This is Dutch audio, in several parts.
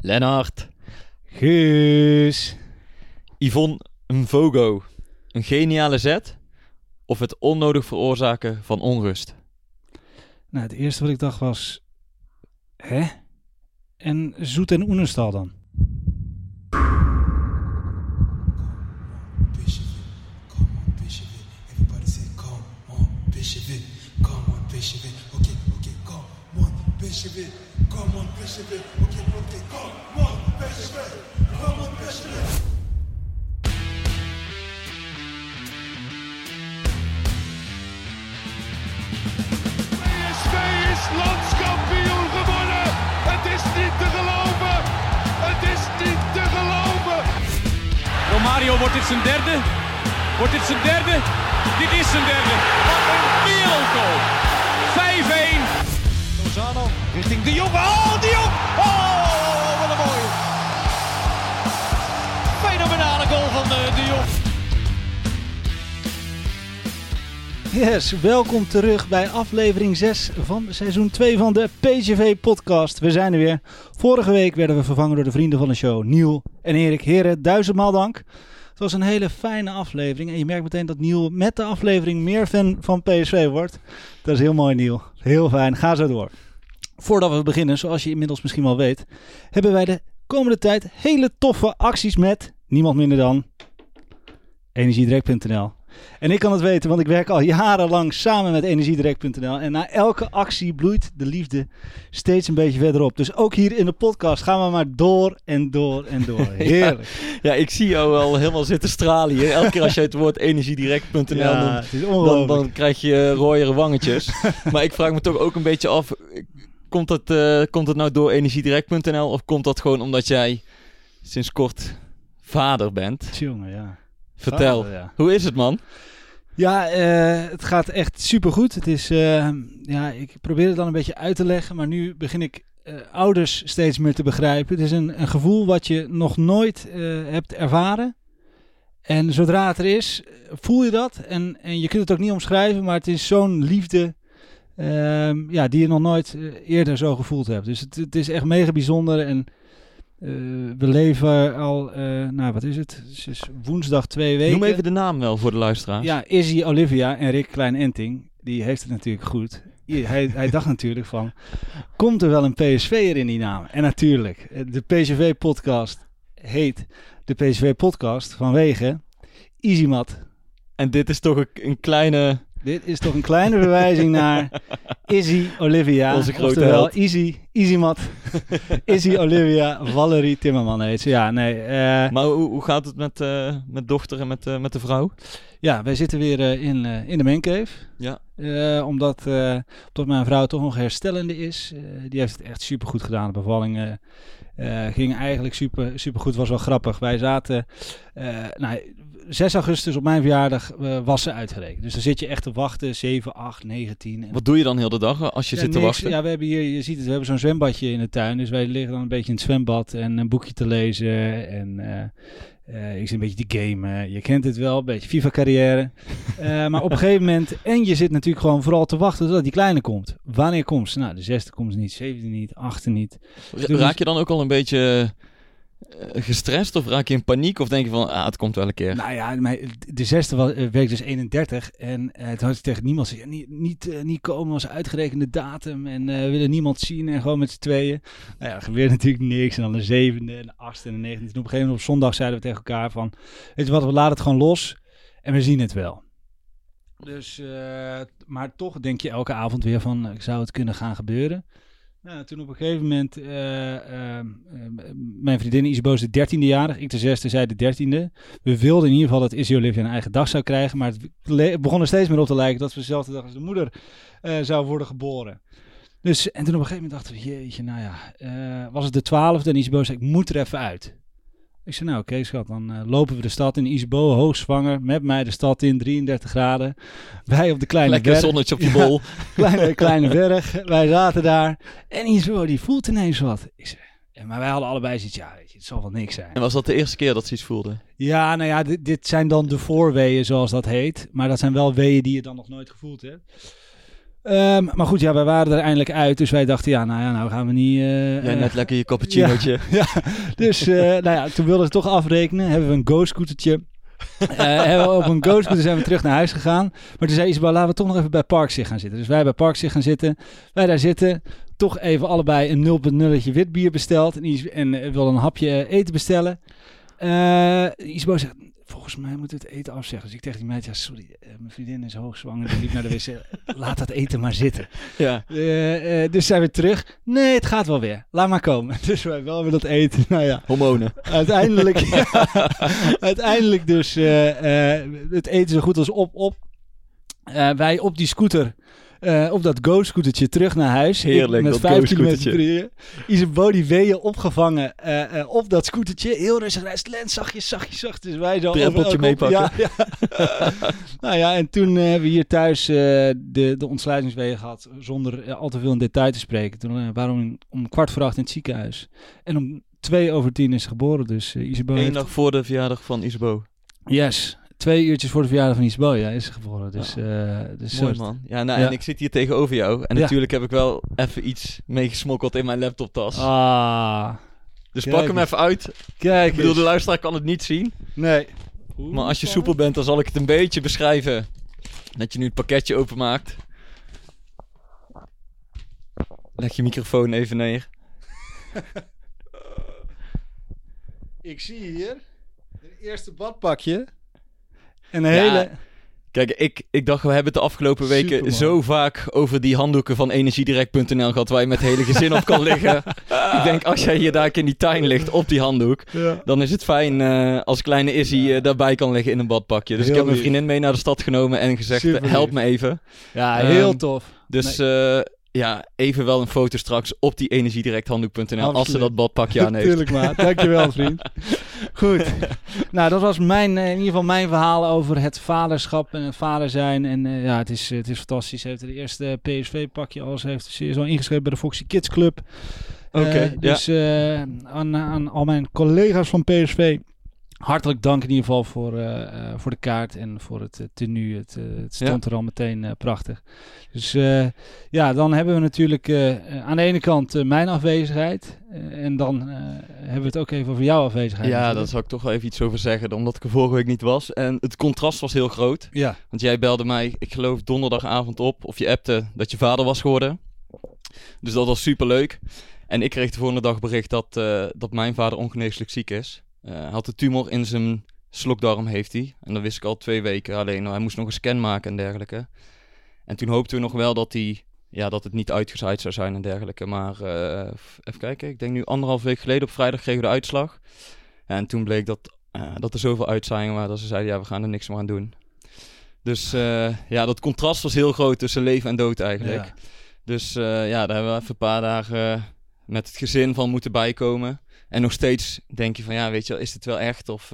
Lennart. Guus. Yvonne Mvogo. Een geniale zet of het onnodig veroorzaken van onrust? Nou, het eerste wat ik dacht was... Hè? En Zoet en Oenestal dan? Landskampioen gewonnen. Het is niet te geloven. Het is niet te geloven. Romario, wordt dit zijn derde? Wordt dit zijn derde? Dit is zijn derde. Wat een wereldgoal. 5-1. Lozano richting De Jong. Oh, De Jong. Oh, wat een mooie. Fenomenale goal van De Jong. Yes, welkom terug bij aflevering 6 van seizoen 2 van de PSV-podcast. We zijn er weer. Vorige week werden we vervangen door de vrienden van de show, Niel en Erik. Heren, 1000-maal dank. Het was een hele fijne aflevering en je merkt meteen dat Niel met de aflevering meer fan van PSV wordt. Dat is heel mooi, Niel. Heel fijn. Ga zo door. Voordat we beginnen, zoals je inmiddels misschien wel weet, hebben wij de komende tijd hele toffe acties met niemand minder dan Energiedirect.nl. En ik kan het weten, want ik werk al jarenlang samen met Energiedirect.nl. En na elke actie bloeit de liefde steeds een beetje verderop. Dus ook hier in de podcast gaan we maar door en door en door. Heerlijk. Ja, ik zie jou al helemaal zitten stralen hier. Elke keer als je het woord Energiedirect.nl Ja, het is ongelooflijk. dan krijg je rooiere wangetjes. Maar ik vraag me toch ook een beetje af, komt het nou door Energiedirect.nl of komt dat gewoon omdat jij sinds kort vader bent? Jongen, ja. Vertel, Vader, ja. Hoe is het, man? Ja, het gaat echt supergoed. Het is, ik probeer het dan een beetje uit te leggen, maar nu begin ik ouders steeds meer te begrijpen. Het is een gevoel wat je nog nooit hebt ervaren. En zodra het er is, voel je dat. En je kunt het ook niet omschrijven, maar het is zo'n liefde die je nog nooit eerder zo gevoeld hebt. Dus het is echt mega bijzonder en... we leven al, wat is het? Het is woensdag 2 weken. Noem even de naam wel voor de luisteraars. Ja, Izzy Olivia en Rick Klein-Enting, die heeft het natuurlijk goed. Hij dacht natuurlijk van, komt er wel een PSV'er in die naam? En natuurlijk, de PSV-podcast heet de PSV-podcast vanwege Easymat. En dit is toch een kleine... Dit is toch een kleine verwijzing naar Izzy Olivia. Onze grote oftewel held. Easymat. Izzy Olivia Valerie Timmerman heet ze. Ja, nee. Maar hoe gaat het met dochter en met de vrouw? Ja, wij zitten weer in de mancave. Ja. Omdat mijn vrouw toch nog herstellende is. Die heeft het echt supergoed gedaan. De bevalling ging eigenlijk super goed. Was wel grappig. Wij zaten... 6 augustus op mijn verjaardag was ze uitgerekend. Dus dan zit je echt te wachten, 7, 8, 9, 10. Wat doe je dan heel de dag als je zit te wachten? Ja, we hebben hier, je ziet het, we hebben zo'n zwembadje in de tuin. Dus wij liggen dan een beetje in het zwembad en een boekje te lezen. En ik zit een beetje te gamen. Je kent het wel, een beetje FIFA-carrière. Maar op een gegeven moment, en je zit natuurlijk gewoon vooral te wachten totdat die kleine komt. Wanneer komt ze? Nou, de 6e komt ze niet, 7e niet, 8e niet. Raak je dan ook al een beetje... gestrest of raak je in paniek of denk je van, het komt wel een keer? Nou ja, de 6e week dus 31 en toen had ik tegen niemand gezegd, niet komen, was uitgerekende datum en willen niemand zien en gewoon met z'n tweeën. Nou ja, er gebeurt natuurlijk niks en dan de 7e en de 8e en de 19e. En op een gegeven moment op zondag zeiden we tegen elkaar van, weet je wat, we laten het gewoon los en we zien het wel. Dus, maar toch denk je elke avond weer van, zou het kunnen gaan gebeuren? Nou, toen op een gegeven moment, mijn vriendin Isabo is de 13e jarig, ik de 6e, zij de 13e. We wilden in ieder geval dat Izzy Olivia een eigen dag zou krijgen, maar het begon er steeds meer op te lijken dat we dezelfde dag als de moeder zou worden geboren. Dus, en toen op een gegeven moment dachten we, jeetje, was het de 12e en Isabo zei, ik moet er even uit. Ik zei, nou oké, schat, dan lopen we de stad in. Isabo, hoogzwanger, met mij de stad in, 33 graden. Wij op de kleine Lekker berg. zonnetje op je bol. Kleine berg. Wij zaten daar. En Isabo, die voelt ineens wat. Ik zei, ja, maar wij hadden allebei zoiets, ja, weet je, het zal wel niks zijn. En was dat de eerste keer dat ze iets voelde? Ja, nou ja, dit zijn dan de voorweeën, zoals dat heet. Maar dat zijn wel weeën die je dan nog nooit gevoeld hebt. Maar goed, wij waren er eindelijk uit. Dus wij dachten, nou gaan we niet... Jij net lekker je cappuccinootje. Ja. Dus toen wilden ze toch afrekenen. Hebben we een go-scootertje. Hebben we op een go-scooter zijn we terug naar huis gegaan. Maar toen zei Isabel, laten we toch nog even bij Parkzicht gaan zitten. Dus wij bij Parkzicht gaan zitten. Wij daar zitten. Toch even allebei een 0.0 wit bier besteld. En wilde een hapje eten bestellen. Isabel zegt, volgens mij moeten we het eten afzeggen. Dus ik tegen die meid, sorry, mijn vriendin is hoogzwanger. Die liep naar de wc. Laat dat eten maar zitten. Ja. Dus zijn we terug. Nee, het gaat wel weer. Laat maar komen. Dus wij wel weer dat eten. Nou ja. Hormonen. Uiteindelijk dus het eten zo goed als op. Wij op die scooter... op dat go-scootertje terug naar huis. Heerlijk, met dat 5 kilometer go-scootertje. per uur. Isabel die weeën opgevangen op dat scootertje. Heel rustig rijst. Lens, zachtjes. Dus wij zo... Drempeltje meepakken. Ja. Nou ja, en toen hebben we hier thuis de ontsluitingswegen gehad. Zonder al te veel in detail te spreken. Toen waren we om 7:15 in het ziekenhuis. En om 9:02 is ze geboren. Dus Isabel 1 dag voor de verjaardag van Isabel. Yes. 2 uurtjes voor de verjaardag van Isabel, is ze geboren. Dus, dus mooi man. Ja, en ik zit hier tegenover jou. En natuurlijk heb ik wel even iets meegesmokkeld in mijn laptoptas. Dus pak hem even uit. Kijk, ik bedoel, de luisteraar kan het niet zien. Nee. Maar als je soepel bent, dan zal ik het een beetje beschrijven. Dat je nu het pakketje openmaakt. Leg je microfoon even neer. Ik zie hier het eerste badpakje. En een hele... Kijk, ik dacht, we hebben het de afgelopen weken Superman. zo vaak over die handdoeken van energiedirect.nl gehad, waar je met het hele gezin op kan liggen. Ik denk, als jij hier daar in die tuin ligt op die handdoek, dan is het fijn als kleine Izzy daarbij kan liggen in een badpakje. Dus Heel ik heb mijn lief. vriendin mee naar de stad genomen en gezegd, Super help lief. me even. Ja, heel tof. Dus even wel een foto straks op die energiedirecthanddoek.nl als ze Absoluut. dat badpakje aan heeft. Tuurlijk, maat. Dankjewel, vriend. Goed. Nou, dat was in ieder geval mijn verhaal over het vaderschap en het vader zijn. En het is fantastisch. Ze heeft de eerste PSV-pakje alles. Ze is al ingeschreven bij de Foxy Kids Club. Oké, dus aan al mijn collega's van PSV... Hartelijk dank in ieder geval voor de kaart en voor het tenue. Het stond er al meteen prachtig. Dus dan hebben we natuurlijk aan de ene kant mijn afwezigheid. En dan hebben we het ook even over jouw afwezigheid. Ja, natuurlijk. daar zal ik toch wel even iets over zeggen, omdat ik er vorige week niet was. En het contrast was heel groot. Ja. Want jij belde mij, ik geloof donderdagavond op, of je appte dat je vader was geworden. Dus dat was superleuk. En ik kreeg de volgende dag bericht dat mijn vader ongeneeslijk ziek is. Hij had een tumor in zijn slokdarm, heeft hij. En dat wist ik al 2 weken. Alleen hij moest nog een scan maken en dergelijke. En toen hoopten we nog wel dat het niet uitgezaaid zou zijn en dergelijke. Maar even kijken, ik denk nu 1,5 week geleden op vrijdag kregen we de uitslag. En toen bleek dat er zoveel uitzaaiingen waren dat ze zeiden, we gaan er niks meer aan doen. Dus dat contrast was heel groot tussen leven en dood eigenlijk. Ja. Dus daar hebben we even een paar dagen met het gezin van moeten bijkomen. En nog steeds denk je van, weet je wel, is het wel echt? Of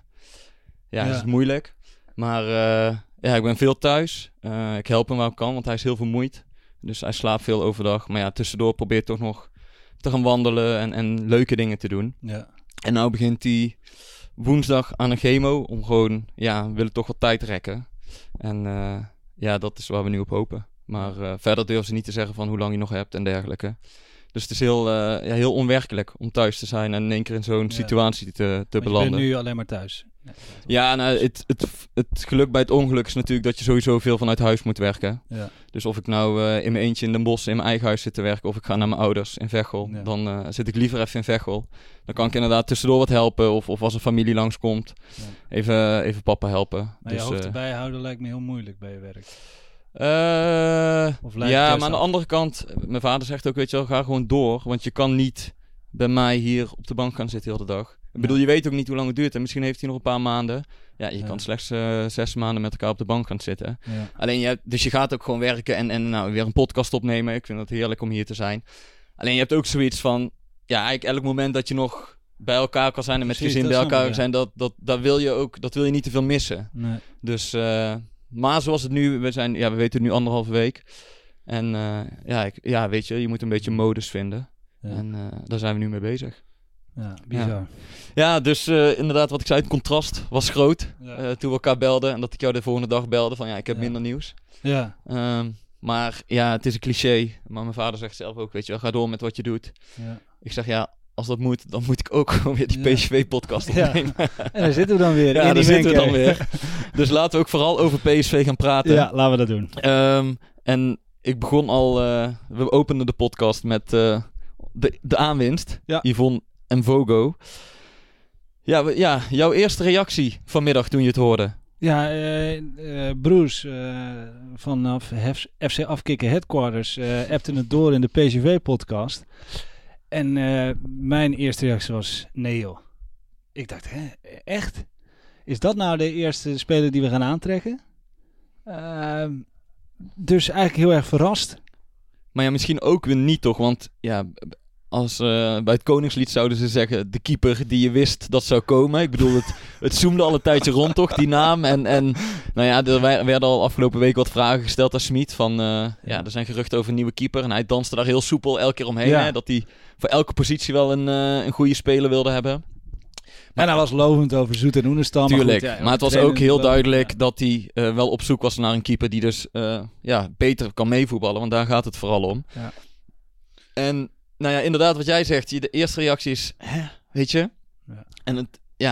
is het moeilijk? Maar ik ben veel thuis. Ik help hem waar ik kan, want hij is heel vermoeid. Dus hij slaapt veel overdag. Maar tussendoor probeert toch nog te gaan wandelen en leuke dingen te doen. Ja. En nou begint hij woensdag aan een chemo om gewoon, we willen toch wat tijd rekken. En dat is waar we nu op hopen. Maar verder durven ze niet te zeggen van hoe lang je nog hebt en dergelijke. Dus het is heel onwerkelijk om thuis te zijn en in één keer in zo'n situatie te belanden. Je bent nu alleen maar thuis. Ja, het geluk bij het ongeluk is natuurlijk dat je sowieso veel vanuit huis moet werken. Ja. Dus of ik nou in mijn eentje in Den Bosch in mijn eigen huis zit te werken of ik ga naar mijn ouders in Veghel, dan zit ik liever even in Veghel. Dan kan ik inderdaad tussendoor wat helpen of als een familie langskomt, even papa helpen. Maar dus, je hoofd erbij houden lijkt me heel moeilijk bij je werk. Maar aan de andere kant, mijn vader zegt ook, weet je wel, ga gewoon door. Want je kan niet bij mij hier op de bank gaan zitten heel de dag. Ik bedoel, je weet ook niet hoe lang het duurt. En misschien heeft hij nog een paar maanden. Je kan slechts 6 maanden met elkaar op de bank gaan zitten. Ja. Alleen, dus je gaat ook gewoon werken en weer een podcast opnemen. Ik vind het heerlijk om hier te zijn. Alleen, je hebt ook zoiets van, eigenlijk elk moment dat je nog bij elkaar kan zijn en met gezin bij elkaar zijn, dat wil je niet te veel missen. Nee. Dus... maar zoals het nu, we weten het nu 1,5 week. En weet je moet een beetje modus vinden. Ja. En daar zijn we nu mee bezig. Ja, bizar. Ja, dus inderdaad wat ik zei, het contrast was groot. Toen we elkaar belden en dat ik jou de volgende dag belde van ik heb minder nieuws. Ja. Maar ja, het is een cliché. Maar mijn vader zegt zelf ook, weet je wel, ga door met wat je doet. Ja. Ik zeg, ja, als dat moet, dan moet ik ook gewoon weer die PSV-podcast opnemen. Ja. En daar zitten we dan weer. Ja, daar zitten we dan weer. Dus laten we ook vooral over PSV gaan praten. Ja, laten we dat doen. En ik begon al... we openden de podcast met de aanwinst. Ja. Yvonne Mvogo. Ja, jouw eerste reactie vanmiddag toen je het hoorde? Ja, Bruce vanaf FC Afkikken Headquarters appte het door in de PSV-podcast. En mijn eerste reactie was, nee joh. Ik dacht, echt? Is dat nou de eerste speler die we gaan aantrekken? Dus eigenlijk heel erg verrast. Maar ja, misschien ook weer niet toch, want ja... Als bij het Koningslied zouden ze zeggen... de keeper die je wist dat zou komen. Ik bedoel, het zoomde al een tijdje rond toch, die naam. En nou ja, er werden al afgelopen week wat vragen gesteld aan Smit. Van, ja, er zijn geruchten over een nieuwe keeper. En hij danste daar heel soepel elke keer omheen. Ja. Hè, dat hij voor elke positie wel een goede speler wilde hebben. Maar hij was lovend over Zoet en Oenestal. Tuurlijk, maar het was ook heel duidelijk dat hij wel op zoek was naar een keeper... die dus beter kan meevoetballen. Want daar gaat het vooral om. Ja. En... Nou ja, inderdaad, wat jij zegt. De eerste reactie is, weet je? Ja. En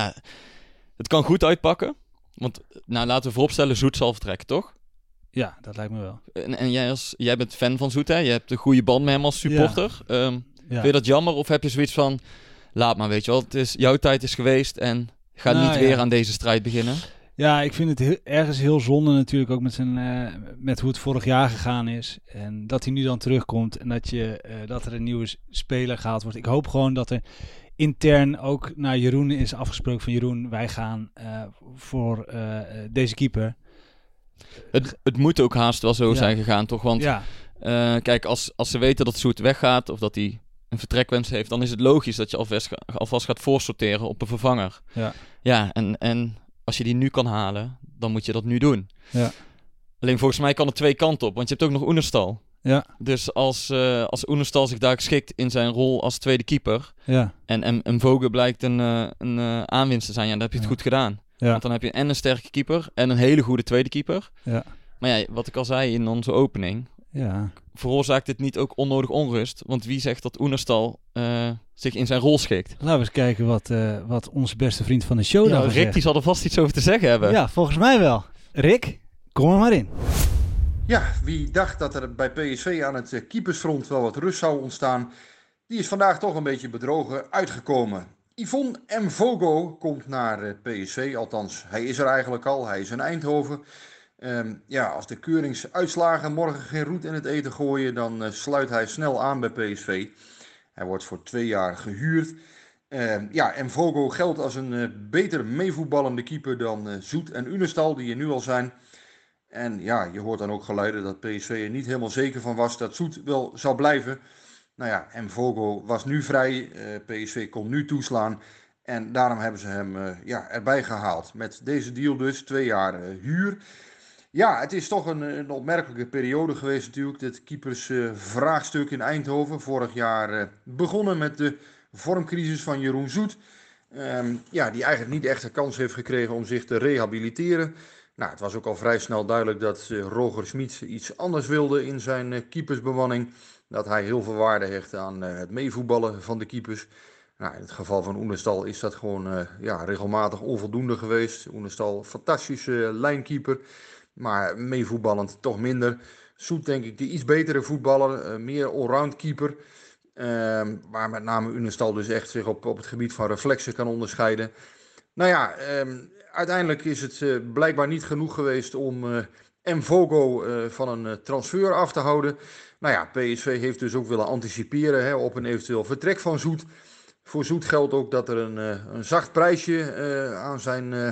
het kan goed uitpakken. Want, nou, laten we vooropstellen, Zoet zal vertrekken, toch? Ja, dat lijkt me wel. En jij bent fan van Zoet, hè? Je hebt een goede band met hem als supporter. Ja. Vind je dat jammer? Of heb je zoiets van, laat maar, weet je wel. Jouw tijd is geweest en ga niet weer aan deze strijd beginnen. Ja, ik vind het ergens heel zonde natuurlijk ook met hoe het vorig jaar gegaan is. En dat hij nu dan terugkomt en dat er een nieuwe speler gehaald wordt. Ik hoop gewoon dat er intern ook naar Jeroen is afgesproken van Jeroen, wij gaan voor deze keeper. Het moet ook haast wel zo zijn gegaan, toch? Want kijk, als ze weten dat Zoet weggaat of dat hij een vertrekwens heeft, dan is het logisch dat je alvast gaat voorsorteren op een vervanger. Ja, en als je die nu kan halen, dan moet je dat nu doen. Ja. Alleen volgens mij kan het twee kanten op, want je hebt ook nog Oenestal. Ja. Dus als Oenestal zich daar geschikt in zijn rol als tweede keeper... Ja. en Mvogo blijkt een aanwinst te zijn, dan heb je het goed gedaan. Ja. Want dan heb je en een sterke keeper en een hele goede tweede keeper. Ja. Maar ja, wat ik al zei in onze opening... Ja. Veroorzaakt dit niet ook onnodig onrust? Want wie zegt dat Oenestal zich in zijn rol schikt? Laten we eens kijken wat onze beste vriend van de show Rick zegt. Die zal er vast iets over te zeggen hebben. Ja, volgens mij wel. Rick, kom er maar in. Ja, wie dacht dat er bij PSV aan het keepersfront wel wat rust zou ontstaan... die is vandaag toch een beetje bedrogen uitgekomen. Yvonne Mvogo komt naar PSV, althans hij is er eigenlijk al, hij is in Eindhoven... als de keuringsuitslagen morgen geen roet in het eten gooien, dan sluit hij snel aan bij PSV. Hij wordt voor 2 jaar gehuurd. Mvogo geldt als een beter meevoetballende keeper dan Zoet en Unestal, die er nu al zijn. En ja, je hoort dan ook geluiden dat PSV er niet helemaal zeker van was dat Zoet wel zou blijven. Nou ja, Mvogo was nu vrij, PSV kon nu toeslaan. En daarom hebben ze hem erbij gehaald. Met deze deal dus, 2 jaar huur. Ja, het is toch een opmerkelijke periode geweest natuurlijk, dit keepersvraagstuk in Eindhoven. Vorig jaar begonnen met de vormcrisis van Jeroen Zoet. Die eigenlijk niet echt een kans heeft gekregen om zich te rehabiliteren. Nou, het was ook al vrij snel duidelijk dat Roger Smit iets anders wilde in zijn keepersbemanning. Dat hij heel veel waarde hecht aan het meevoetballen van de keepers. Nou, in het geval van Oenestal is dat gewoon regelmatig onvoldoende geweest. Oenestal, fantastische lijnkeeper. Maar meevoetballend toch minder. Zoet denk ik de iets betere voetballer, meer allround keeper. Waar met name Unestal dus echt zich op het gebied van reflexen kan onderscheiden. Nou ja, uiteindelijk is het blijkbaar niet genoeg geweest om Mvogo van een transfer af te houden. Nou ja, PSV heeft dus ook willen anticiperen op een eventueel vertrek van Zoet. Voor Zoet geldt ook dat er een zacht prijsje aan zijn...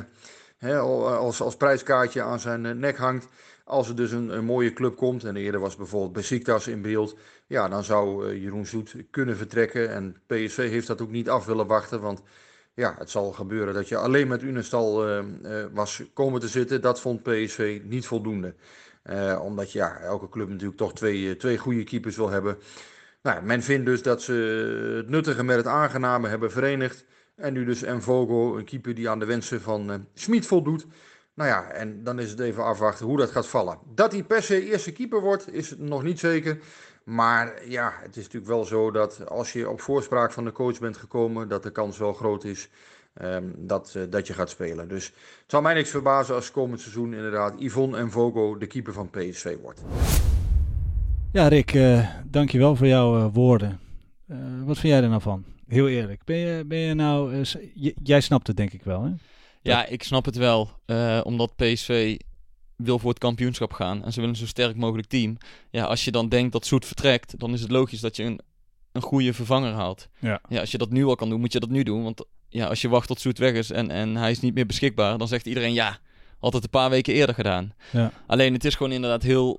als prijskaartje aan zijn nek hangt. Als er dus een mooie club komt, en eerder was bijvoorbeeld Besiktas in beeld, ja, dan zou Jeroen Zoet kunnen vertrekken. En PSV heeft dat ook niet af willen wachten, want ja, het zal gebeuren dat je alleen met Unestal was komen te zitten. Dat vond PSV niet voldoende. Omdat elke club natuurlijk toch twee goede keepers wil hebben. Nou, men vindt dus dat ze het nuttige met het aangename hebben verenigd. En nu dus Mvogo, een keeper die aan de wensen van Smit voldoet. Nou ja, en dan is het even afwachten hoe dat gaat vallen. Dat hij per se eerste keeper wordt, is nog niet zeker. Maar ja, het is natuurlijk wel zo dat als je op voorspraak van de coach bent gekomen, dat de kans wel groot is dat je gaat spelen. Dus het zal mij niks verbazen als komend seizoen inderdaad Yvonne Mvogo de keeper van PSV wordt. Ja, Rick, dankjewel voor jouw woorden. Wat vind jij er nou van? Heel eerlijk. Ben je nou... jij snapt het denk ik wel, hè? Ja, ik snap het wel. Omdat PSV wil voor het kampioenschap gaan. En ze willen een zo sterk mogelijk team. Ja, als je dan denkt dat Soet vertrekt, dan is het logisch dat je een goede vervanger haalt. Ja. Ja, als je dat nu al kan doen, moet je dat nu doen. Want ja, als je wacht tot Soet weg is en hij is niet meer beschikbaar, dan zegt iedereen ja, had het een paar weken eerder gedaan. Ja. Alleen het is gewoon inderdaad heel...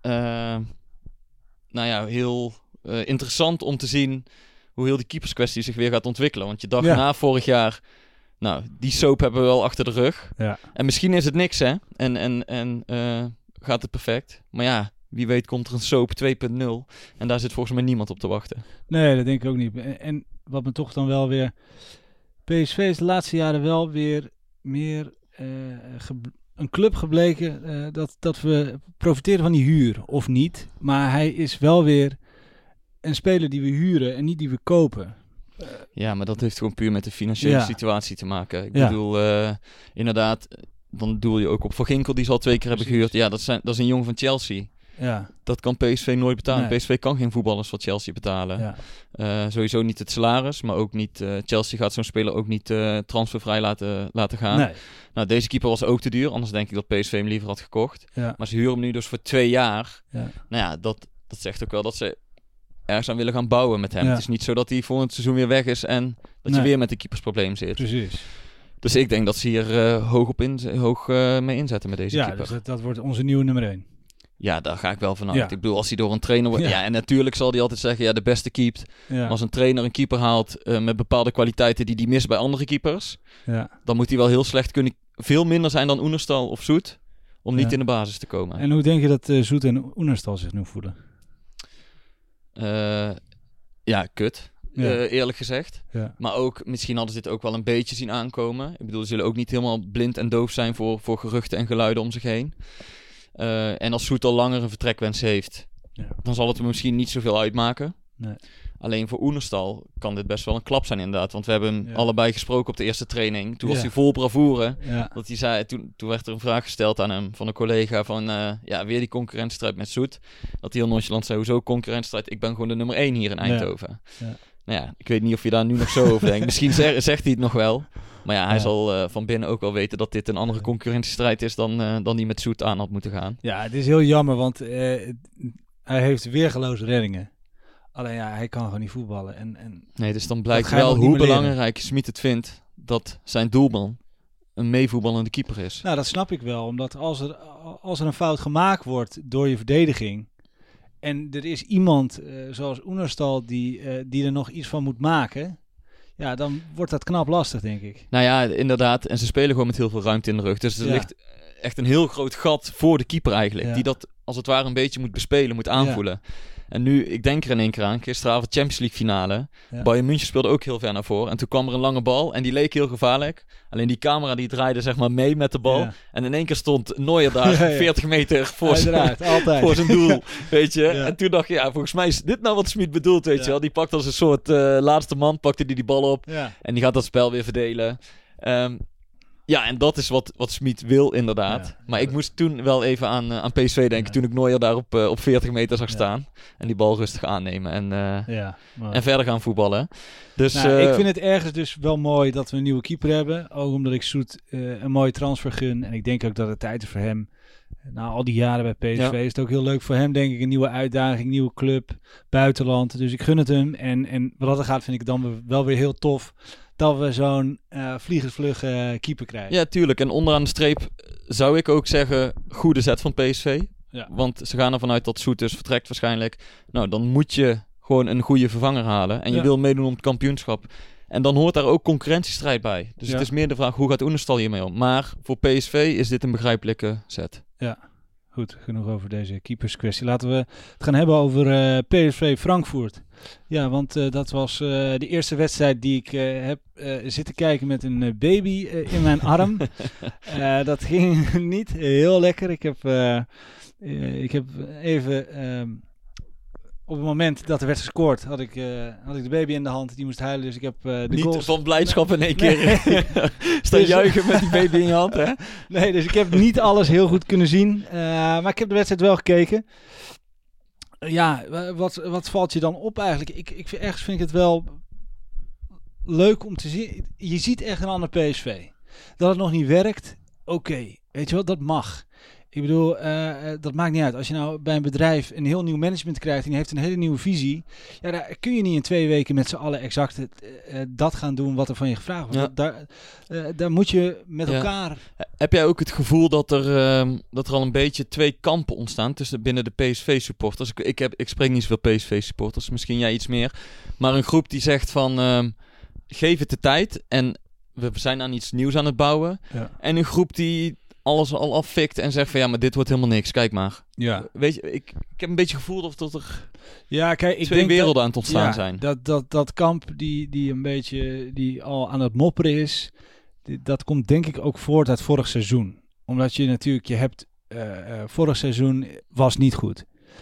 interessant om te zien hoe heel die keeperskwestie zich weer gaat ontwikkelen. Want je dacht na vorig jaar, nou, die soap hebben we wel achter de rug. Ja. En misschien is het niks, hè? En gaat het perfect. Maar ja, wie weet komt er een soap 2.0. En daar zit volgens mij niemand op te wachten. Nee, dat denk ik ook niet. En wat me toch dan wel weer... PSV is de laatste jaren wel weer meer een club gebleken dat we profiteren van die huur, of niet. Maar hij is wel weer een speler die we huren en niet die we kopen. Ja, maar dat heeft gewoon puur met de financiële situatie te maken. Ik bedoel, inderdaad, dan bedoel je ook op Van Ginkel, die ze al 2 keer hebben gehuurd. Ja, dat is een jongen van Chelsea. Ja. Dat kan PSV nooit betalen. Nee. PSV kan geen voetballers van Chelsea betalen. Ja. Sowieso niet het salaris, maar ook niet... Chelsea gaat zo'n speler ook niet transfervrij laten gaan. Nee. Nou, deze keeper was ook te duur. Anders denk ik dat PSV hem liever had gekocht. Ja. Maar ze huren hem nu dus voor 2 jaar. Ja. Nou ja, dat zegt ook wel dat ze ergens aan willen gaan bouwen met hem. Ja. Het is niet zo dat hij volgend seizoen weer weg is en dat je weer met een keepersprobleem zit. Precies. Dus ik denk dat ze hier hoog mee inzetten met deze keeper. Ja, dus dat wordt onze nieuwe nummer 1. Ja, daar ga ik wel vanuit. Ja. Ik bedoel, als hij door een trainer wordt... Ja, en natuurlijk zal hij altijd zeggen, ja, de beste keept. Ja. Maar als een trainer een keeper haalt met bepaalde kwaliteiten die hij mist bij andere keepers, dan moet hij wel heel slecht kunnen... Veel minder zijn dan Oenerstal of Zoet om niet in de basis te komen. En hoe denk je dat Zoet en Oenerstal zich nu voelen? Kut. Eerlijk gezegd. Ja. Maar ook, misschien hadden ze dit ook wel een beetje zien aankomen. Ik bedoel, ze zullen ook niet helemaal blind en doof zijn voor geruchten en geluiden om zich heen. En als Zoet al langer een vertrekwens heeft, dan zal het er misschien niet zoveel uitmaken. Nee. Alleen voor Oenerstal kan dit best wel een klap zijn inderdaad. Want we hebben hem allebei gesproken op de eerste training. Toen was hij vol bravoure. Ja. Dat hij zei, toen werd er een vraag gesteld aan hem van een collega van... weer die concurrentiestrijd met Zoet. Dat hij heel nonchalant zei, hoezo concurrentiestrijd? Ik ben gewoon de nummer 1 hier in Eindhoven. Ja. Nou ja, ik weet niet of je daar nu nog zo over denkt. Misschien zegt hij het nog wel. Maar ja, hij zal van binnen ook wel weten dat dit een andere concurrentiestrijd is dan die met Zoet aan had moeten gaan. Ja, het is heel jammer, want hij heeft weergeloze reddingen. Alleen hij kan gewoon niet voetballen. Nee, dus dan blijkt wel hoe belangrijk Smit het vindt dat zijn doelman een meevoetballende keeper is. Nou, dat snap ik wel. Omdat als er een fout gemaakt wordt door je verdediging en er is iemand zoals Oenerstal die er nog iets van moet maken, ja, dan wordt dat knap lastig, denk ik. Nou ja, inderdaad. En ze spelen gewoon met heel veel ruimte in de rug. Dus er ligt echt een heel groot gat voor de keeper eigenlijk. Ja. Die dat als het ware een beetje moet bespelen, moet aanvoelen. Ja. En nu, ik denk er in één keer aan, gisteravond Champions League finale. Ja. Bayern München speelde ook heel ver naar voren. En toen kwam er een lange bal en die leek heel gevaarlijk. Alleen die camera die draaide zeg maar mee met de bal. Ja. En in één keer stond Neuer daar 40 meter voor zijn doel. Weet je. Ja. En toen dacht je, volgens mij is dit nou wat Smit bedoelt, weet je wel. Die pakt als een soort laatste man, pakte die bal op. Ja. En die gaat dat spel weer verdelen. Ja, en dat is wat Smit wil inderdaad. Ja. Maar ik moest toen wel even aan PSV denken. Toen ik Neuer daar op 40 meter zag staan. En die bal rustig aannemen. En verder gaan voetballen. Dus, ik vind het ergens dus wel mooi dat we een nieuwe keeper hebben. Ook omdat ik Zoet een mooie transfer gun. En ik denk ook dat het tijd is voor hem. Na al die jaren bij PSV is het ook heel leuk voor hem, denk ik. Een nieuwe uitdaging, nieuwe club, buitenland. Dus ik gun het hem. En wat dat gaat vind ik dan wel weer heel tof dat we zo'n vliegensvlugge keeper krijgen. Ja, tuurlijk. En onderaan de streep zou ik ook zeggen, goede zet van PSV. Ja. Want ze gaan ervan uit dat Zoet dus vertrekt waarschijnlijk. Nou, dan moet je gewoon een goede vervanger halen. En je wil meedoen om het kampioenschap. En dan hoort daar ook concurrentiestrijd bij. Dus het is meer de vraag, hoe gaat Oenerstal hiermee om? Maar voor PSV is dit een begrijpelijke zet. Ja, Goed, genoeg over deze keeperskwestie. Laten we het gaan hebben over PSV Frankfurt. Ja, want dat was de eerste wedstrijd die ik heb zitten kijken met een baby in mijn arm. Dat ging niet heel lekker. Ik heb even... op het moment dat er werd gescoord, had ik de baby in de hand. Die moest huilen, dus ik heb de Niet goals... van blijdschap in één keer staan juichen met die baby in je hand, hè? Nee, dus ik heb niet alles heel goed kunnen zien. Maar ik heb de wedstrijd wel gekeken. Ja, wat valt je dan op eigenlijk? Ergens vind ik het wel leuk om te zien. Je ziet echt een ander PSV. Dat het nog niet werkt, oké. Weet je wel, dat mag. Ik bedoel, dat maakt niet uit. Als je nou bij een bedrijf een heel nieuw management krijgt en die heeft een hele nieuwe visie, ja, daar kun je niet in 2 weken met z'n allen exact dat gaan doen wat er van je gevraagd wordt. Ja. Daar moet je met elkaar... Heb jij ook het gevoel dat er al een beetje 2 kampen ontstaan binnen de PSV-supporters? Ik spreek niet zoveel PSV-supporters, misschien jij iets meer. Maar een groep die zegt van, geef het de tijd en we zijn aan iets nieuws aan het bouwen. Ja. En een groep die alles al affikt en zegt van ja, maar dit wordt helemaal niks, kijk maar. Ja. Weet je, ik heb een beetje het gevoel dat er ik 2 werelden aan het ontstaan zijn. Dat kamp die een beetje die al aan het mopperen is, dat komt denk ik ook voort uit vorig seizoen. Omdat je hebt vorig seizoen was niet goed.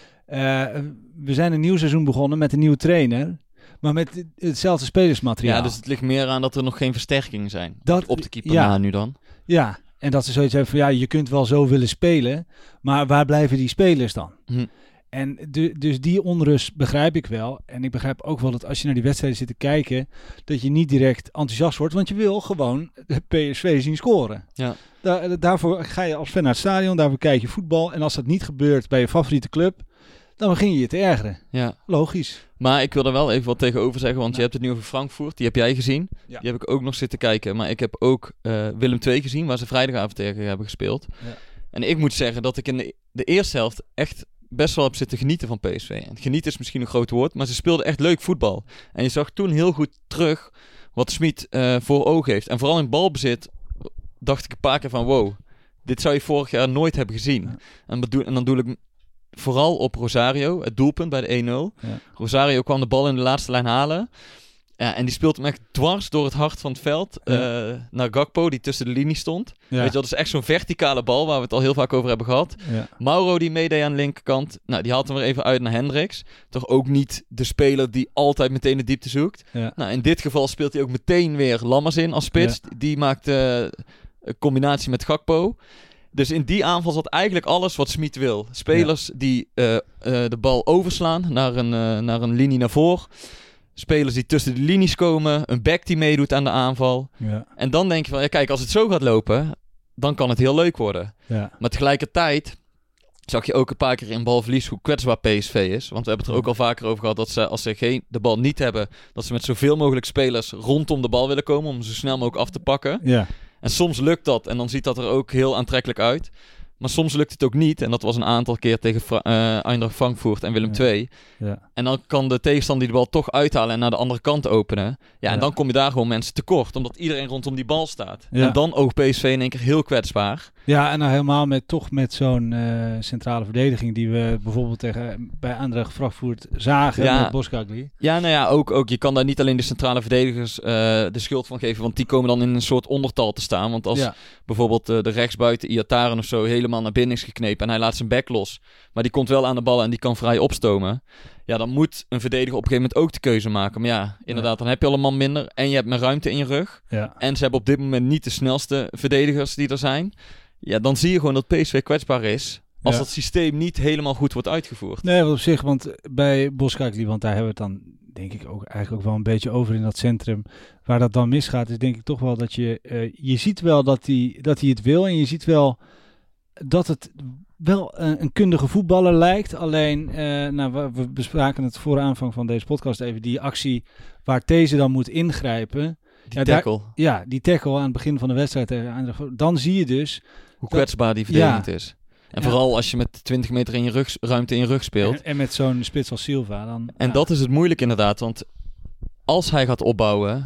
We zijn een nieuw seizoen begonnen met een nieuwe trainer, maar met hetzelfde spelersmateriaal. Ja, dus het ligt meer aan dat er nog geen versterkingen zijn. Op de keeper na nu dan. Ja. En dat ze zoiets hebben van, ja, je kunt wel zo willen spelen, maar waar blijven die spelers dan? En dus die onrust begrijp ik wel. En ik begrijp ook wel dat als je naar die wedstrijden zit te kijken, dat je niet direct enthousiast wordt, want je wil gewoon de PSV zien scoren. Ja. Daarvoor ga je als fan naar het stadion, daarvoor kijk je voetbal. En als dat niet gebeurt bij je favoriete club, dan begin je je te ergeren. Ja. Logisch. Maar ik wil er wel even wat tegenover zeggen, want je hebt het nu over Frankfurt. Die heb jij gezien. Ja. Die heb ik ook nog zitten kijken. Maar ik heb ook Willem II gezien, waar ze vrijdagavond tegen hebben gespeeld. Ja. En ik moet zeggen dat ik in de eerste helft echt best wel heb zitten genieten van PSV. En genieten is misschien een groot woord, maar ze speelden echt leuk voetbal. En je zag toen heel goed terug wat Smit voor ogen heeft. En vooral in balbezit dacht ik een paar keer van wow, dit zou je vorig jaar nooit hebben gezien. Ja. En dan doe ik vooral op Rosario, het doelpunt bij de 1-0. Ja. Rosario kwam de bal in de laatste lijn halen. Ja, en die speelt hem echt dwars door het hart van het veld naar Gakpo, die tussen de linie stond. Ja. Weet je, dat is echt zo'n verticale bal waar we het al heel vaak over hebben gehad. Ja. Mauro die meedeed aan de linkerkant. Nou, die haalt hem weer even uit naar Hendricks. Toch ook niet de speler die altijd meteen de diepte zoekt. Ja. Nou, in dit geval speelt hij ook meteen weer Lammers in als spits. Ja. Die maakt een combinatie met Gakpo. Dus in die aanval zat eigenlijk alles wat Smit wil. Spelers die de bal overslaan naar een linie naar voren. Spelers die tussen de linies komen. Een back die meedoet aan de aanval. Ja. En dan denk je van, ja, kijk, als het zo gaat lopen, dan kan het heel leuk worden. Ja. Maar tegelijkertijd zag je ook een paar keer in balverlies hoe kwetsbaar PSV is. Want we hebben het er ook al vaker over gehad dat ze, als ze de bal niet hebben, dat ze met zoveel mogelijk spelers rondom de bal willen komen om zo snel mogelijk af te pakken. Ja. En soms lukt dat en dan ziet dat er ook heel aantrekkelijk uit. Maar soms lukt het ook niet. En dat was een aantal keer tegen Eintracht Frankfurt en Willem II. Ja. En dan kan de tegenstander die de bal toch uithalen en naar de andere kant openen. Ja, en dan kom je daar gewoon mensen tekort. Omdat iedereen rondom die bal staat. Ja. En dan oogt PSV in één keer heel kwetsbaar. Ja, en nou helemaal met zo'n centrale verdediging die we bijvoorbeeld bij Eintracht Frankfurt zagen met Boskagli. Ja, nou ja, ook. Je kan daar niet alleen de centrale verdedigers de schuld van geven. Want die komen dan in een soort ondertal te staan. Want als bijvoorbeeld de rechtsbuiten Iataren of zo helemaal naar binnen is geknepen en hij laat zijn back los, maar die komt wel aan de bal en die kan vrij opstomen. Ja, dan moet een verdediger op een gegeven moment ook de keuze maken. Maar ja, inderdaad, dan heb je al een man minder en je hebt meer ruimte in je rug. Ja. En ze hebben op dit moment niet de snelste verdedigers die er zijn. Ja, dan zie je gewoon dat PSV kwetsbaar is als dat systeem niet helemaal goed wordt uitgevoerd. Nee, wat op zich, want bij Boskagli, want daar hebben we het dan denk ik ook eigenlijk ook wel een beetje over in dat centrum. Waar dat dan misgaat, is denk ik toch wel dat je ziet wel dat hij het wil en je ziet wel dat het wel een kundige voetballer lijkt. Alleen, we bespraken het voor de aanvang van deze podcast even. Die actie waar These dan moet ingrijpen. Die tackle. Die tackle aan het begin van de wedstrijd. Dan zie je dus hoe kwetsbaar die verdediging is. En vooral als je met 20 meter ruimte in je rug speelt. En met zo'n spits als Silva. Dan, en dat is het moeilijk inderdaad. Want als hij gaat opbouwen,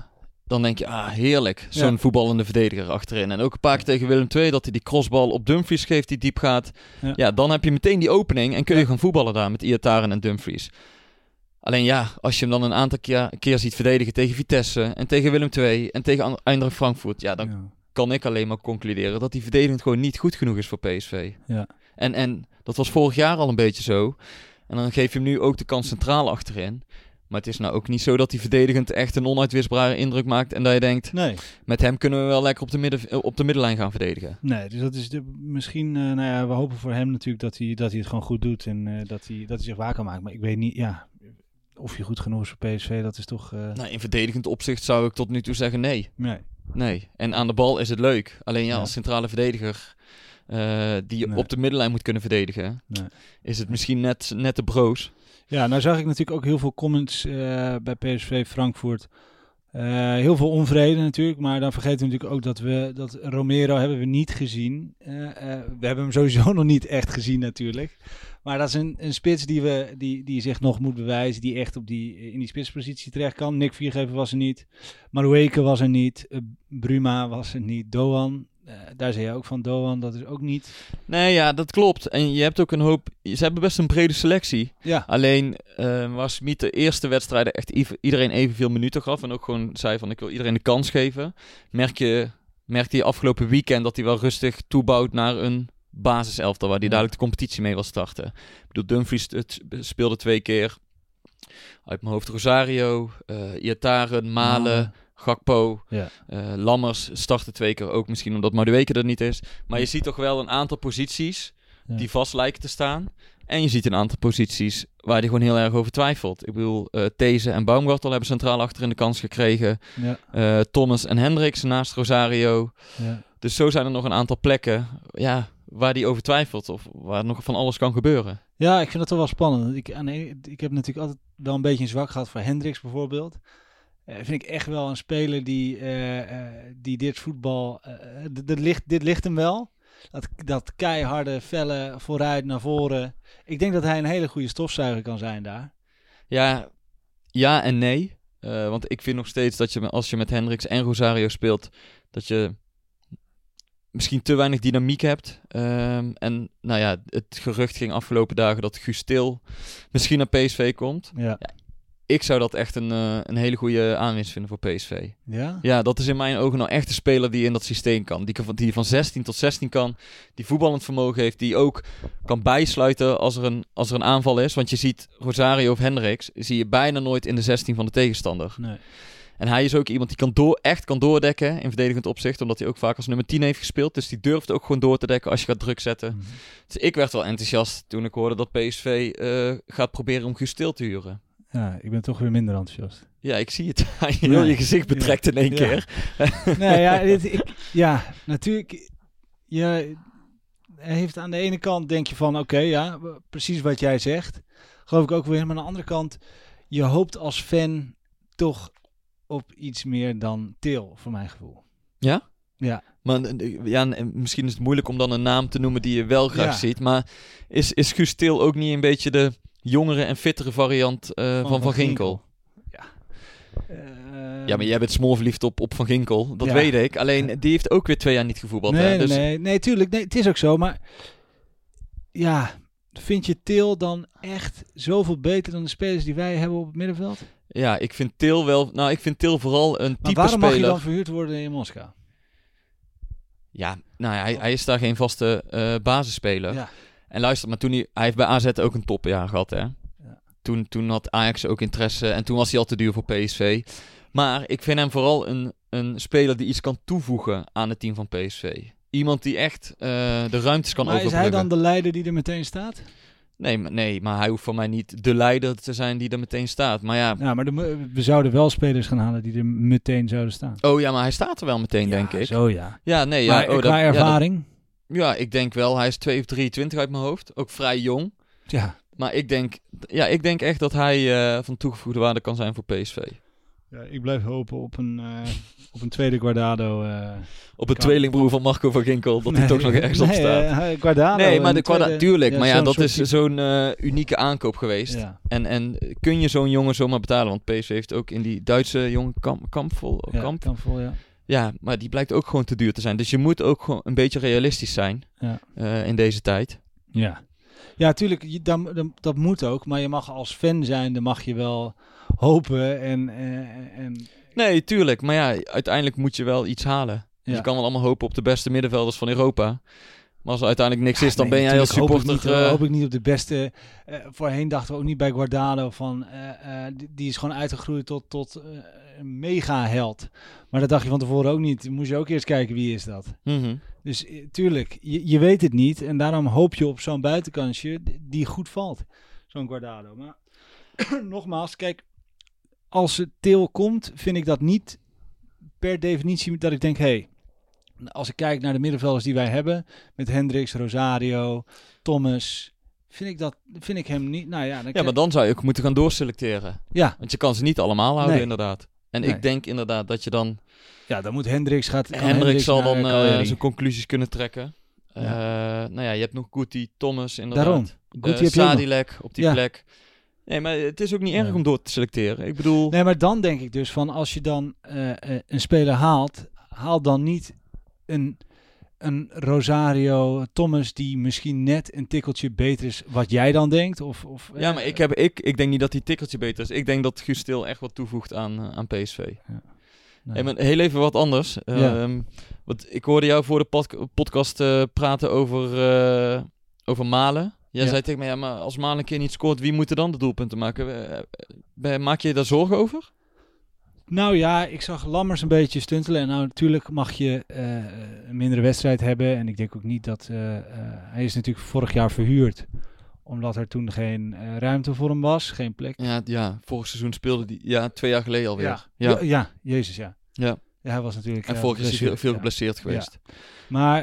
dan denk je, heerlijk. Zo'n voetballende verdediger achterin. En ook een paar keer tegen Willem II, dat hij die crossbal op Dumfries geeft die diep gaat. Ja, dan heb je meteen die opening en kun je gaan voetballen daar met Iataren en Dumfries. Alleen als je hem dan een aantal keer ziet verdedigen tegen Vitesse en tegen Willem II en tegen Eintracht Frankfurt, dan kan ik alleen maar concluderen dat die verdedigend gewoon niet goed genoeg is voor PSV. Ja. En dat was vorig jaar al een beetje zo. En dan geef je hem nu ook de kans centraal achterin. Maar het is nou ook niet zo dat hij verdedigend echt een onuitwisbare indruk maakt. En dat je denkt, met hem kunnen we wel lekker op de middenlijn gaan verdedigen. Nee, dus dat is misschien, we hopen voor hem natuurlijk dat hij het gewoon goed doet. En dat hij zich waar kan maken. Maar ik weet niet, of je goed genoeg is voor PSV, dat is toch... In verdedigend opzicht zou ik tot nu toe zeggen nee. En aan de bal is het leuk. Alleen als centrale verdediger die je op de middenlijn moet kunnen verdedigen, is het misschien net te broos. Ja, nou zag ik natuurlijk ook heel veel comments bij PSV Frankfurt. Heel veel onvrede natuurlijk, maar dan vergeten we natuurlijk ook dat Romero hebben we niet gezien. We hebben hem sowieso nog niet echt gezien natuurlijk. Maar dat is een spits die zich nog moet bewijzen, die echt in die spitspositie terecht kan. Nick Viergever was er niet, Madueke was er niet, Bruma was er niet, Doan. Daar zei je ook van, Doan, dat is ook niet... Nee, dat klopt. En je hebt ook een hoop... Ze hebben best een brede selectie. Ja. Alleen waar Smit de eerste wedstrijden echt iedereen evenveel minuten gaf en ook gewoon zei van, ik wil iedereen de kans geven, merkte je afgelopen weekend dat hij wel rustig toebouwt naar een basiselftal waar hij dadelijk de competitie mee wil starten. Ik bedoel, Dumfries speelde 2 keer. Uit mijn hoofd Rosario, Iataren, Malen... Gakpo, Lammers starten 2 keer ook, misschien omdat Madueke er niet is. Maar je ziet toch wel een aantal posities die vast lijken te staan. En je ziet een aantal posities waar hij gewoon heel erg over twijfelt. Ik bedoel, These en Baumgartel hebben centraal achterin de kans gekregen. Ja. Thomas en Hendricks naast Rosario. Ja. Dus zo zijn er nog een aantal plekken waar hij over twijfelt of waar nog van alles kan gebeuren. Ja, ik vind dat toch wel spannend. Ik heb natuurlijk altijd wel een beetje een zwak gehad voor Hendricks bijvoorbeeld. Vind ik echt wel een speler die dit voetbal... dit ligt hem wel. Dat keiharde, felle vooruit naar voren. Ik denk dat hij een hele goede stofzuiger kan zijn daar. Ja en nee. Want ik vind nog steeds dat als je met Hendricks en Rosario speelt, dat je misschien te weinig dynamiek hebt. En het gerucht ging afgelopen dagen dat Guus Til misschien naar PSV komt. Ja. Ik zou dat echt een hele goede aanwinst vinden voor PSV. Ja? Ja, dat is in mijn ogen nou echt een speler die in dat systeem kan. Die van 16 tot 16 kan. Die voetballend vermogen heeft. Die ook kan bijsluiten als er een aanval is. Want je ziet Rosario of Hendricks zie je bijna nooit in de 16 van de tegenstander. Nee. En hij is ook iemand die echt kan doordekken in verdedigend opzicht. Omdat hij ook vaak als nummer 10 heeft gespeeld. Dus die durft ook gewoon door te dekken als je gaat druk zetten. Mm-hmm. Dus ik werd wel enthousiast toen ik hoorde dat PSV gaat proberen om Guus Til te huren. Ja, ik ben toch weer minder enthousiast. Ja, ik zie het. Heel je gezicht betrekt in één keer. Nee, natuurlijk. Hij heeft aan de ene kant denk je van, precies wat jij zegt. Geloof ik ook weer. Maar aan de andere kant, je hoopt als fan toch op iets meer dan Til, voor mijn gevoel. Ja? Ja. Maar misschien is het moeilijk om dan een naam te noemen die je wel graag ziet. Maar is Guus Til ook niet een beetje de jongere en fittere variant van Van Ginkel? Ja, maar jij bent smoorverliefd op Van Ginkel. Dat weet ik. Alleen, die heeft ook weer 2 jaar niet gevoetbald. Nee, tuurlijk. Nee, het is ook zo. Maar vind je Til dan echt zoveel beter dan de spelers die wij hebben op het middenveld? Ja, ik vind Til wel... Nou, ik vind Til vooral een type speler... Maar waarom mag je dan verhuurd worden in Moskou? Ja, hij is daar geen vaste basisspeler. Ja. En luister, maar hij heeft bij AZ ook een topjaar gehad, hè? Ja. Toen had Ajax ook interesse en toen was hij al te duur voor PSV. Maar ik vind hem vooral een speler die iets kan toevoegen aan het team van PSV. Iemand die echt de ruimtes kan overbruggen. Maar is hij dan de leider die er meteen staat? Nee, maar hij hoeft voor mij niet de leider te zijn die er meteen staat. Maar ja, maar we zouden wel spelers gaan halen die er meteen zouden staan. Oh ja, maar hij staat er wel meteen, denk ik. Zo ja. Ja, nee. Maar qua ervaring... Ja, ik denk wel. Hij is 2 of 23 uit mijn hoofd. Ook vrij jong. Ja. Maar ik denk echt dat hij van toegevoegde waarde kan zijn voor PSV. Ja, ik blijf hopen op een tweede Guardado. Op een tweelingbroer van Marco van Ginkel, dat hij toch nog ergens op staat. Guardado. Nee, maar tuurlijk. Maar ja, dat is type. zo'n unieke aankoop geweest. Ja. En kun je zo'n jongen zomaar betalen? Want PSV heeft ook in die Duitse jongen Kampvol. Kampvol, ja. Ja, maar die blijkt ook gewoon te duur te zijn. Dus je moet ook gewoon een beetje realistisch zijn in deze tijd. Ja, ja, tuurlijk, dat moet ook. Maar je mag als fan zijn, dan mag je wel hopen en... Nee, tuurlijk. Maar ja, uiteindelijk moet je wel iets halen. Ja. Je kan wel allemaal hopen op de beste middenvelders van Europa. Maar als er uiteindelijk niks is, dan ben jij als supporter... Hoop ik niet op de beste... voorheen dachten we ook niet bij Guardado van... die is gewoon uitgegroeid tot een mega-held. Maar dat dacht je van tevoren ook niet. Moest je ook eerst kijken, wie is dat? Mm-hmm. Dus tuurlijk, je weet het niet. En daarom hoop je op zo'n buitenkansje die goed valt. Zo'n Guardado. Maar nogmaals, kijk... Als Til komt, vind ik dat niet per definitie dat ik denk... als ik kijk naar de middenvelders die wij hebben... met Hendricks, Rosario, Thomas... vind ik hem niet... Nou ja, maar dan zou je ook moeten gaan doorselecteren. Ja. Want je kan ze niet allemaal houden, Nee. inderdaad. En Nee. ik denk inderdaad dat je dan... Ja, dan moet Hendricks... Hendricks zal dan Cagliari. zijn conclusies kunnen trekken. Ja. Nou ja, je hebt nog Guti, Thomas inderdaad. Daarom. Guti heb je ook nog. Sadilek op die plek. Nee, maar het is ook niet erg om door te selecteren. Ik bedoel... Nee, maar dan denk ik dus van... als je dan een speler haalt... haal dan niet een Rosario, Thomas... die misschien net een tikkeltje beter is... wat jij dan denkt? Of Ja, maar ik denk niet dat die tikkeltje beter is. Ik denk dat Guus Til echt wat toevoegt aan PSV. Ja. Nee. Hey, maar heel even wat anders. Want ik hoorde jou voor de podcast praten over Malen. Jij zei tegen mij, maar als Malen een keer niet scoort, wie moet er dan de doelpunten maken? Maak je je daar zorgen over? Nou ja, ik zag Lammers een beetje stuntelen. En nou, natuurlijk mag je een mindere wedstrijd hebben. En ik denk ook niet dat... hij is natuurlijk vorig jaar verhuurd. Omdat er toen geen ruimte voor hem was. Geen plek. Ja, vorig seizoen speelde hij... Ja, 2 jaar geleden alweer. Ja, Jezus, ja. Ja. Ja, hij was natuurlijk... En vorig jaar is hij veel geblesseerd geweest. Ja. Maar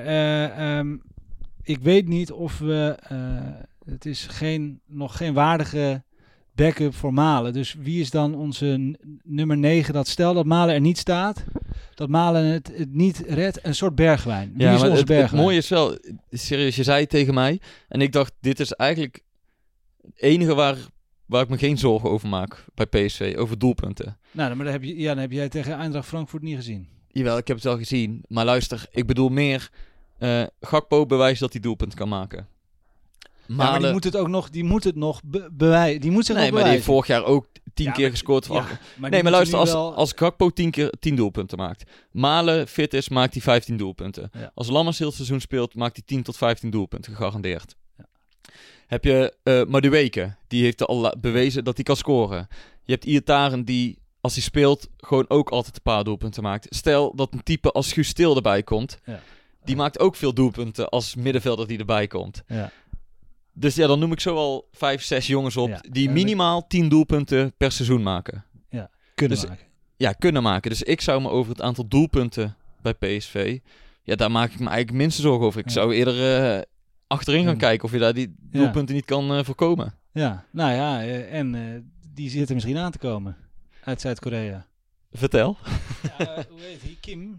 ik weet niet of we... het is nog geen waardige backup voor Malen. Dus wie is dan onze nummer 9? Dat stel dat Malen er niet staat... Dat Malen het niet redt. Een soort Bergwijn. Wie is onze Bergwijn? Het mooie is wel... Serieus, je zei het tegen mij. En ik dacht, dit is eigenlijk het enige waar ik me geen zorgen over maak bij PSV. Over doelpunten. Nou, maar dan heb jij tegen Eindracht Frankfurt niet gezien. Jawel, ik heb het wel gezien. Maar luister, ik bedoel meer... Gakpo bewijst dat hij doelpunten kan maken. Maar die moet het nog bewijzen. Die moet zich nog bewijzen. Maar die heeft vorig jaar ook 10 keer gescoord. Maar luister, als Gakpo 10 doelpunten maakt. Malen fit is, maakt hij 15 doelpunten. Ja. Als Lammers heel het seizoen speelt, maakt hij 10 tot 15 doelpunten, gegarandeerd. Ja. Heb je Madueke, die heeft al bewezen dat hij kan scoren. Je hebt Iataren, die als hij speelt gewoon ook altijd een paar doelpunten maakt. Stel dat een type als Guus Til erbij komt. Ja. Die maakt ook veel doelpunten als middenvelder die erbij komt. Ja. Dus ja, dan noem ik zo al 5, 6 jongens op die minimaal 10 doelpunten per seizoen maken. Ja, kunnen maken. Ja, kunnen maken. Dus ik zou me over het aantal doelpunten bij PSV... Ja, daar maak ik me eigenlijk minste zorgen over. Ik zou eerder achterin gaan kijken of je daar die doelpunten niet kan voorkomen. Ja, nou ja, die zitten misschien aan te komen uit Zuid-Korea. Vertel. Hoe heet hij? Kim?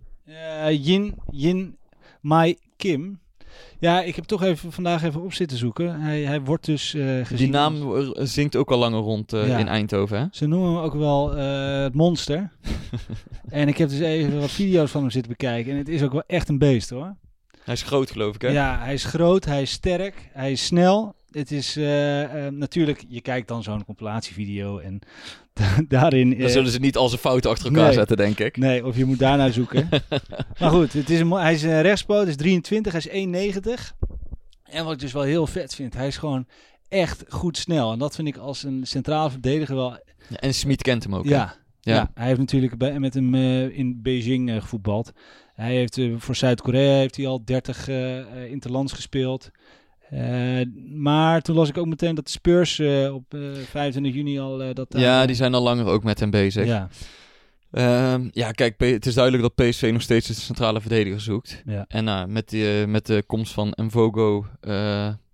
Jin Mai Kim. Ja, ik heb toch vandaag even op zitten zoeken. Hij wordt dus gezien... Die naam zingt ook al langer rond in Eindhoven, hè? Ze noemen hem ook wel het monster. En ik heb dus even wat video's van hem zitten bekijken. En het is ook wel echt een beest, hoor. Hij is groot, geloof ik, hè? Ja, hij is groot, hij is sterk, hij is snel. Het is natuurlijk... Je kijkt dan zo'n compilatievideo en daarin... Dan zullen ze niet al zijn fouten achter elkaar zetten, denk ik. Nee, of je moet daarnaar zoeken. Maar goed, hij is een rechtspoot, hij is 23, hij is 1,90. En wat ik dus wel heel vet vind, hij is gewoon echt goed snel. En dat vind ik als een centraal verdediger wel... Ja, en Smit kent hem ook, Ja, hij heeft natuurlijk met hem in Beijing gevoetbald. Hij heeft voor Zuid-Korea heeft hij al 30 interlands gespeeld. Maar toen las ik ook meteen dat de Spurs op 25 juni al... die zijn al langer ook met hem bezig. Ja. Kijk, het is duidelijk dat PSV nog steeds een centrale verdediger zoekt. Ja. En met de komst van Mvogo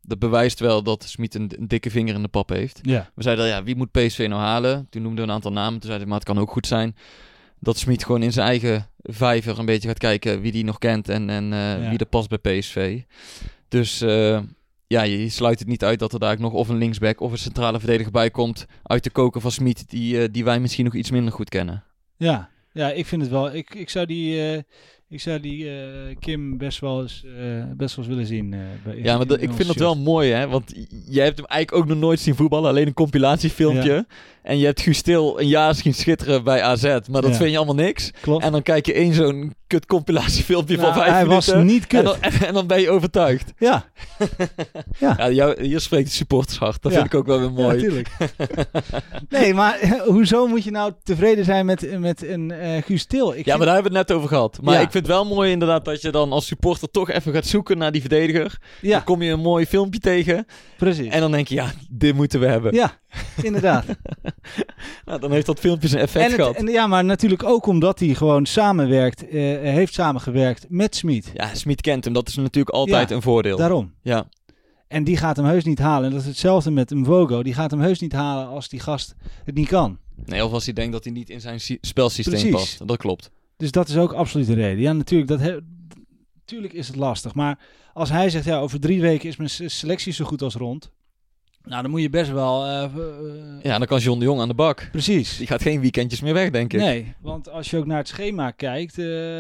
dat bewijst wel dat Smit een dikke vinger in de pap heeft. Ja. We zeiden, wie moet PSV nou halen? Toen noemden we een aantal namen. Toen zeiden we, maar het kan ook goed zijn dat Smit gewoon in zijn eigen vijver een beetje gaat kijken wie die nog kent en wie er past bij PSV. Dus je sluit het niet uit dat er daar nog of een linksback of een centrale verdediger bij komt uit de koker van Smit die wij misschien nog iets minder goed kennen. Ja, ik vind het wel. Ik zou die Kim best wel eens willen zien. Maar ik vind dat wel mooi, hè? Want jij hebt hem eigenlijk ook nog nooit zien voetballen. Alleen een compilatiefilmpje. Ja. En je hebt Guus Til een jaar zien schitteren bij AZ. Maar dat vind je allemaal niks. Klopt. En dan kijk je één zo'n kut compilatiefilmpje van 5 minuten. Hij was niet kut. En dan ben je overtuigd. Ja. Hier spreekt de supportershart. Dat vind ik ook wel weer mooi. Ja, natuurlijk. Nee, maar hoezo moet je nou tevreden zijn met een Guus Til? Maar daar hebben we het net over gehad. Maar ik vind het wel mooi inderdaad dat je dan als supporter toch even gaat zoeken naar die verdediger. Ja. Dan kom je een mooi filmpje tegen. Precies. En dan denk je, dit moeten we hebben. Ja, inderdaad. Dan heeft dat filmpje zijn effect gehad. Maar natuurlijk ook omdat hij gewoon heeft samengewerkt met Smit. Ja, Smit kent hem. Dat is natuurlijk altijd een voordeel. Daarom. Ja. En die gaat hem heus niet halen. En dat is hetzelfde met Mvogo. Die gaat hem heus niet halen als die gast het niet kan. Nee, of als hij denkt dat hij niet in zijn spelsysteem past. Dat klopt. Dus dat is ook absoluut een reden. Ja, natuurlijk. Natuurlijk is het lastig. Maar als hij zegt, over 3 weken is mijn selectie zo goed als rond. Nou, dan moet je best wel... dan kan John de Jong aan de bak. Precies. Die gaat geen weekendjes meer weg, denk ik. Nee, want als je ook naar het schema kijkt...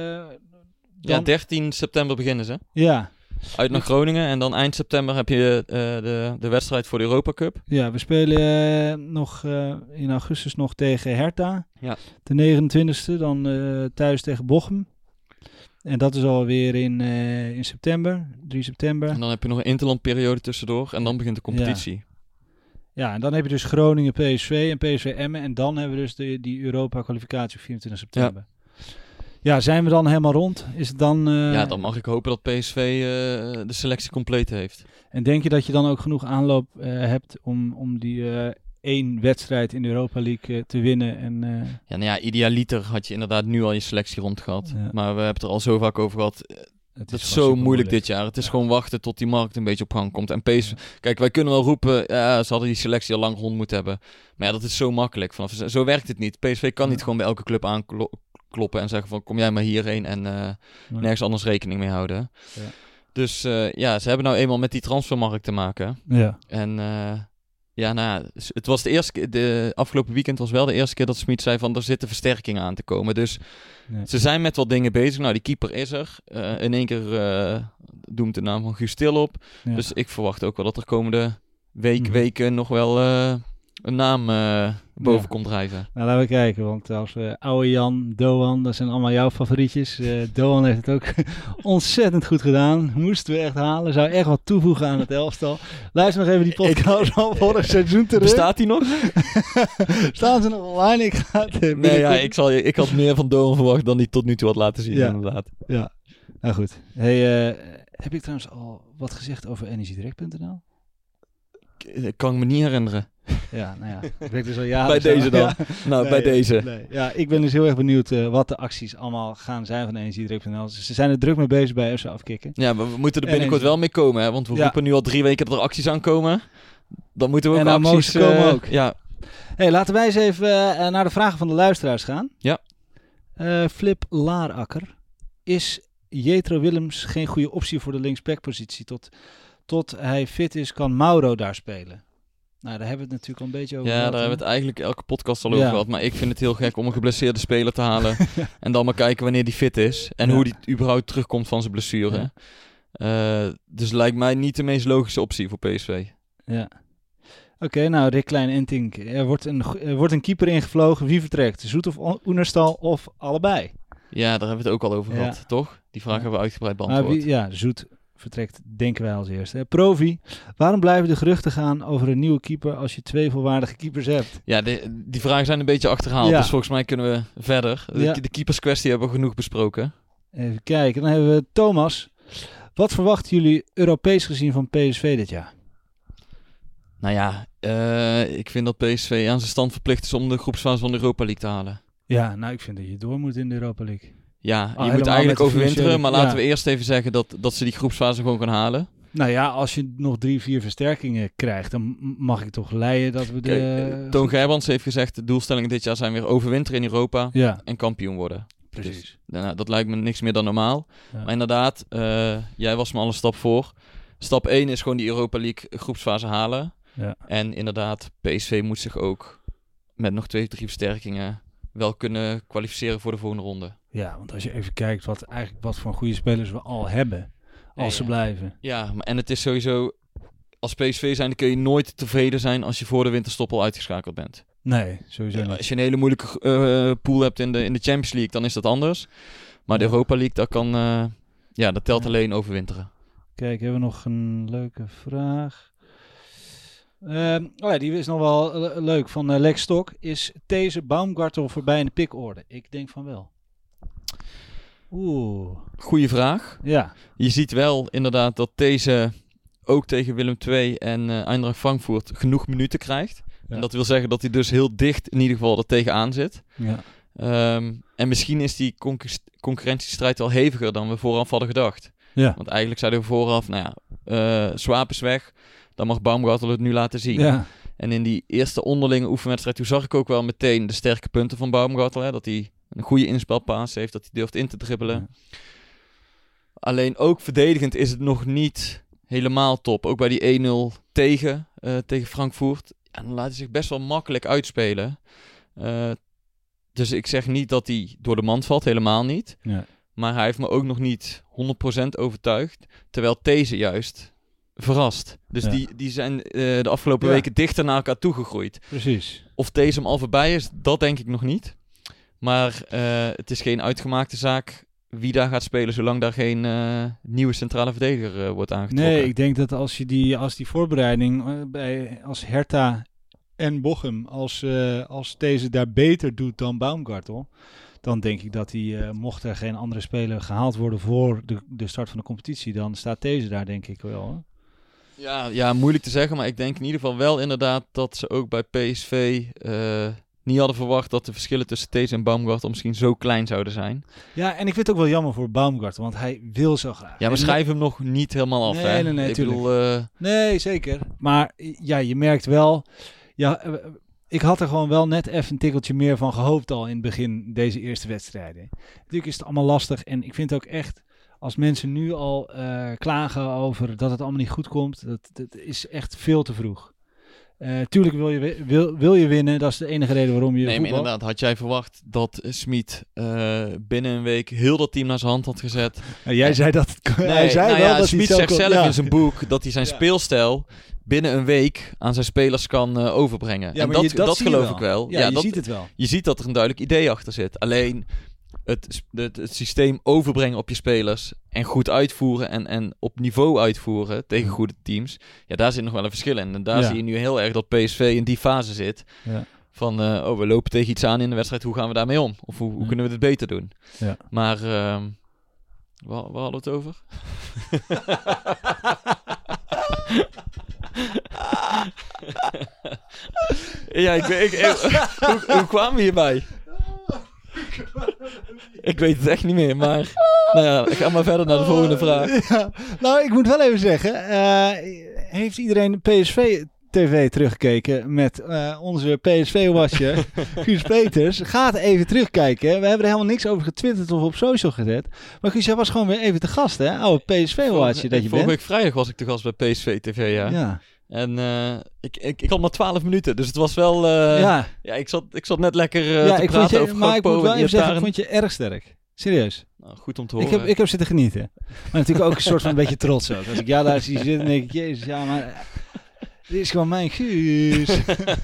13 september beginnen ze. Ja. Uit naar Groningen. En dan eind september heb je de wedstrijd voor de Europa Cup. Ja, we spelen nog in augustus nog tegen Hertha. Ja. De 29e, dan thuis tegen Bochum. En dat is alweer in september, 3 september. En dan heb je nog een interlandperiode tussendoor en dan begint de competitie. Ja, en dan heb je dus Groningen, PSV en PSV Emmen. En dan hebben we dus die Europa-kwalificatie op 24 september. Ja, zijn we dan helemaal rond? Is het dan... dan mag ik hopen dat PSV de selectie compleet heeft. En denk je dat je dan ook genoeg aanloop hebt om die 1 wedstrijd in de Europa League te winnen? En, idealiter had je inderdaad nu al je selectie rond gehad. Ja. Maar we hebben het er al zo vaak over gehad. Het is zo moeilijk dit jaar. Het is gewoon wachten tot die markt een beetje op gang komt. En PSV, kijk, wij kunnen wel roepen, ze hadden die selectie al lang rond moeten hebben. Maar dat is zo makkelijk. Zo werkt het niet. PSV kan niet gewoon bij elke club aankloppen en zeggen van kom jij maar hierheen en nergens anders rekening mee houden. Ja. Dus ze hebben nou eenmaal met die transfermarkt te maken. Ja. En het was de afgelopen weekend was wel de eerste keer dat Smit zei van er zitten versterkingen aan te komen. Dus ze zijn met wat dingen bezig. Nou, die keeper is er. In één keer doemt de naam van Guus Til op. Ja. Dus ik verwacht ook wel dat er komende weken nog wel een naam boven komt drijven. Nou, laten we kijken. Want als oude Jan, Doan, dat zijn allemaal jouw favorietjes. Doan heeft het ook ontzettend goed gedaan. Moesten we echt halen. Zou echt wat toevoegen aan het elftal. Luister nog even die podcast van vorig seizoen terug. Bestaat die nog? Staan ze nog online? Ik had meer van Doan verwacht dan die tot nu toe had laten zien, inderdaad. Ja, nou goed. Hey, heb ik trouwens al wat gezegd over energiedirect.nl? Kan ik me niet herinneren. Ja, nou ja. Ik weet dus al jaren. Bij deze dan. Ja. Nou, bij deze. Nee. Ja, ik ben dus heel erg benieuwd wat de acties allemaal gaan zijn van energiedirect.nl. Ze zijn er druk mee bezig bij FC Afkikken. Ja, maar we moeten er binnenkort wel mee komen, hè? Want we roepen nu al 3 weken dat er acties aankomen. Dan moeten we ook acties... En acties, komen ook. Ja. Hey, laten wij eens even naar de vragen van de luisteraars gaan. Ja. Flip Laarakker. Is Jetro Willems geen goede optie voor de linksbackpositie? Tot hij fit is, kan Mauro daar spelen? Nou, daar hebben we het natuurlijk al een beetje over gehad. Ja, daar hebben we het eigenlijk elke podcast al over gehad. Maar ik vind het heel gek om een geblesseerde speler te halen. En dan maar kijken wanneer die fit is. En hoe die überhaupt terugkomt van zijn blessure. Ja. Dus lijkt mij niet de meest logische optie voor PSV. Ja. Oké, nou Rick Klein-Entink. Er wordt een keeper ingevlogen. Wie vertrekt? Zoet of Oenerstal of allebei? Ja, daar hebben we het ook al over gehad, toch? Die vraag hebben we uitgebreid beantwoord. Zoet vertrekt, denken wij als eerste. Provi, waarom blijven de geruchten gaan over een nieuwe keeper als je 2 volwaardige keepers hebt? Ja, die vragen zijn een beetje achterhaald, dus volgens mij kunnen we verder. De keeperskwestie hebben we genoeg besproken. Even kijken, dan hebben we Thomas. Wat verwachten jullie Europees gezien van PSV dit jaar? Nou ja, ik vind dat PSV aan zijn stand verplicht is om de groepsfase van de Europa League te halen. Ja, nou ik vind dat je door moet in de Europa League. Ja, je moet eigenlijk overwinteren, maar laten we eerst even zeggen dat ze die groepsfase gewoon gaan halen. Nou ja, als je nog 3-4 versterkingen krijgt, dan mag ik toch leiden dat we de... Toon Gerbrands heeft gezegd, de doelstellingen dit jaar zijn weer overwinteren in Europa Ja, en kampioen worden. precies. Dus, nou, dat lijkt me niks meer dan normaal. Ja. Maar inderdaad, jij was me al een stap voor. Stap 1 is gewoon die Europa League groepsfase halen. Ja. En inderdaad, PSV moet zich ook met nog 2-3 versterkingen wel kunnen kwalificeren voor de volgende ronde. Ja, want als je even kijkt wat voor goede spelers we al hebben, als ze blijven. Ja, en het is sowieso, als PSV zijn, dan kun je nooit tevreden zijn als je voor de winterstop al uitgeschakeld bent. Nee, sowieso niet. Als je een hele moeilijke pool hebt in de Champions League, dan is dat anders. Maar de Europa League, dat telt alleen overwinteren. Kijk, hebben we nog een leuke vraag. Die is nog wel leuk. Van Lex Stok. Is These Baumgartel voorbij in de pikorde? Ik denk van wel. Goeie vraag. Ja. Je ziet wel inderdaad dat deze ook tegen Willem II en Eintracht Frankfurt genoeg minuten krijgt. Ja. En dat wil zeggen dat hij dus heel dicht in ieder geval er tegenaan zit. Ja. En misschien is die concurrentiestrijd wel heviger dan we vooraf hadden gedacht. Ja. Want eigenlijk zeiden we vooraf, Swaap is weg. Dan mag Baumgartel het nu laten zien. Ja. En in die eerste onderlinge oefenwedstrijd, toen zag ik ook wel meteen de sterke punten van Baumgartel. Hè? Dat hij een goede inspelpaas heeft, dat hij durft in te dribbelen. Ja. Alleen ook verdedigend is het nog niet helemaal top. Ook bij die 1-0 tegen Frankfurt. Ja, dan laat hij zich best wel makkelijk uitspelen. Dus ik zeg niet dat hij door de mand valt, helemaal niet. Ja. Maar hij heeft me ook nog niet 100% overtuigd. Terwijl deze juist verrast. Dus die zijn de afgelopen weken dichter naar elkaar toegegroeid. Precies. Of deze hem al voorbij is, dat denk ik nog niet. Maar het is geen uitgemaakte zaak wie daar gaat spelen, zolang daar geen nieuwe centrale verdediger wordt aangetrokken. Nee, ik denk dat als die voorbereiding als Hertha en Bochum, als deze daar beter doet dan Baumgartel, dan denk ik dat hij, mocht er geen andere speler gehaald worden voor de start van de competitie, dan staat deze daar denk ik wel. Hoor. Ja, moeilijk te zeggen, maar ik denk in ieder geval wel inderdaad dat ze ook bij PSV niet hadden verwacht dat de verschillen tussen These en Baumgartel misschien zo klein zouden zijn. Ja, en ik vind het ook wel jammer voor Baumgartel, want hij wil zo graag. Ja, maar schrijf hem nog niet helemaal af. Nee, ik bedoel, nee, zeker. Maar ja, je merkt wel, ik had er gewoon wel net even een tikkeltje meer van gehoopt al in het begin deze eerste wedstrijden. Natuurlijk is het allemaal lastig en ik vind ook echt, als mensen nu al klagen over dat het allemaal niet goed komt, dat is echt veel te vroeg. Tuurlijk wil je winnen, dat is de enige reden waarom je Nee, maar inderdaad, had jij verwacht dat Smit binnen een week heel dat team naar zijn hand had gezet? Jij zei dat Smit zegt zelf in zijn boek dat hij zijn speelstijl binnen een week aan zijn spelers kan overbrengen. Ja, en dat geloof ik wel. Ja, je ziet het wel. Je ziet dat er een duidelijk idee achter zit. Alleen het systeem overbrengen op je spelers en goed uitvoeren en op niveau uitvoeren tegen goede teams. Ja, daar zit nog wel een verschil in. En daar zie je nu heel erg dat PSV in die fase zit. Ja. Van, we lopen tegen iets aan in de wedstrijd. Hoe gaan we daarmee om? Of hoe kunnen we dit beter doen? Ja. Maar, waar hadden we het over? Hoe kwamen we hierbij? Ik weet het echt niet meer, maar ik ga maar verder naar de volgende vraag. Ja, nou, ik moet wel even zeggen, heeft iedereen PSV-TV teruggekeken met onze PSV-watcher Guus Peters? Gaat even terugkijken. We hebben er helemaal niks over getwitterd of op social gezet. Maar Guus, jij was gewoon weer even te gast, hè? Oude PSV-watcher dat je bent. Vorige week vrijdag was ik te gast bij PSV-TV, ja. En ik had maar 12 minuten, dus het was wel... ik zat net lekker te praten over maar ik moet wel even zeggen, ik vond je erg sterk. Serieus. Nou, goed om te horen. Ik heb zitten genieten. Maar natuurlijk ook een soort van een beetje trots ook. Als ik daar zie zitten, dan denk ik, jezus, ja, maar... Dit is gewoon mijn Guus.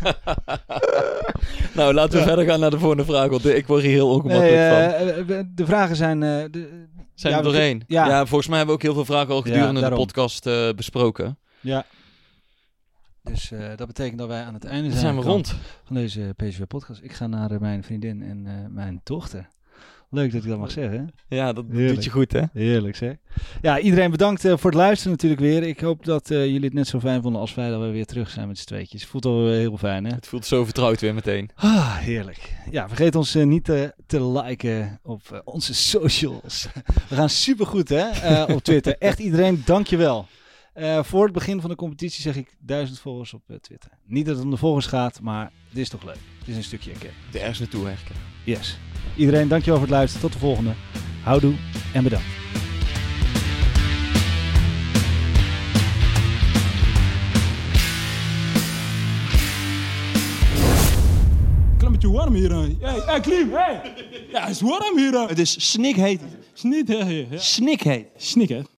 Nou, laten we verder gaan naar de volgende vraag, want ik word hier heel ongemakkelijk van. De vragen zijn... zijn er doorheen? Ja, volgens mij hebben we ook heel veel vragen al gedurende de podcast besproken. Ja. Dus dat betekent dat wij aan het einde zijn we rond van deze PSV-podcast. Ik ga naar mijn vriendin en mijn dochter. Leuk dat ik dat mag zeggen. Ja, dat doet je goed, hè? Heerlijk, zeg. Ja, iedereen bedankt voor het luisteren natuurlijk weer. Ik hoop dat jullie het net zo fijn vonden als wij, dat we weer terug zijn met z'n tweetjes. Voelt al heel fijn, hè? Het voelt zo vertrouwd weer meteen. Heerlijk. Ja, vergeet ons niet te liken op onze socials. We gaan supergoed, hè? Op Twitter. Echt iedereen, dankjewel. Voor het begin van de competitie zeg ik 1000 volgers op Twitter. Niet dat het om de volgers gaat, maar het is toch leuk. Het is een stukje erkenning. De ergens naartoe herkennen. Yes. Iedereen, dankjewel voor het luisteren. Tot de volgende. Houdoe en bedankt. Een beetje warm hier. Hey, Klim, hey! Ja, het is warm hier. Het is snikheet. Snikheet. Snikheet. Snikheet.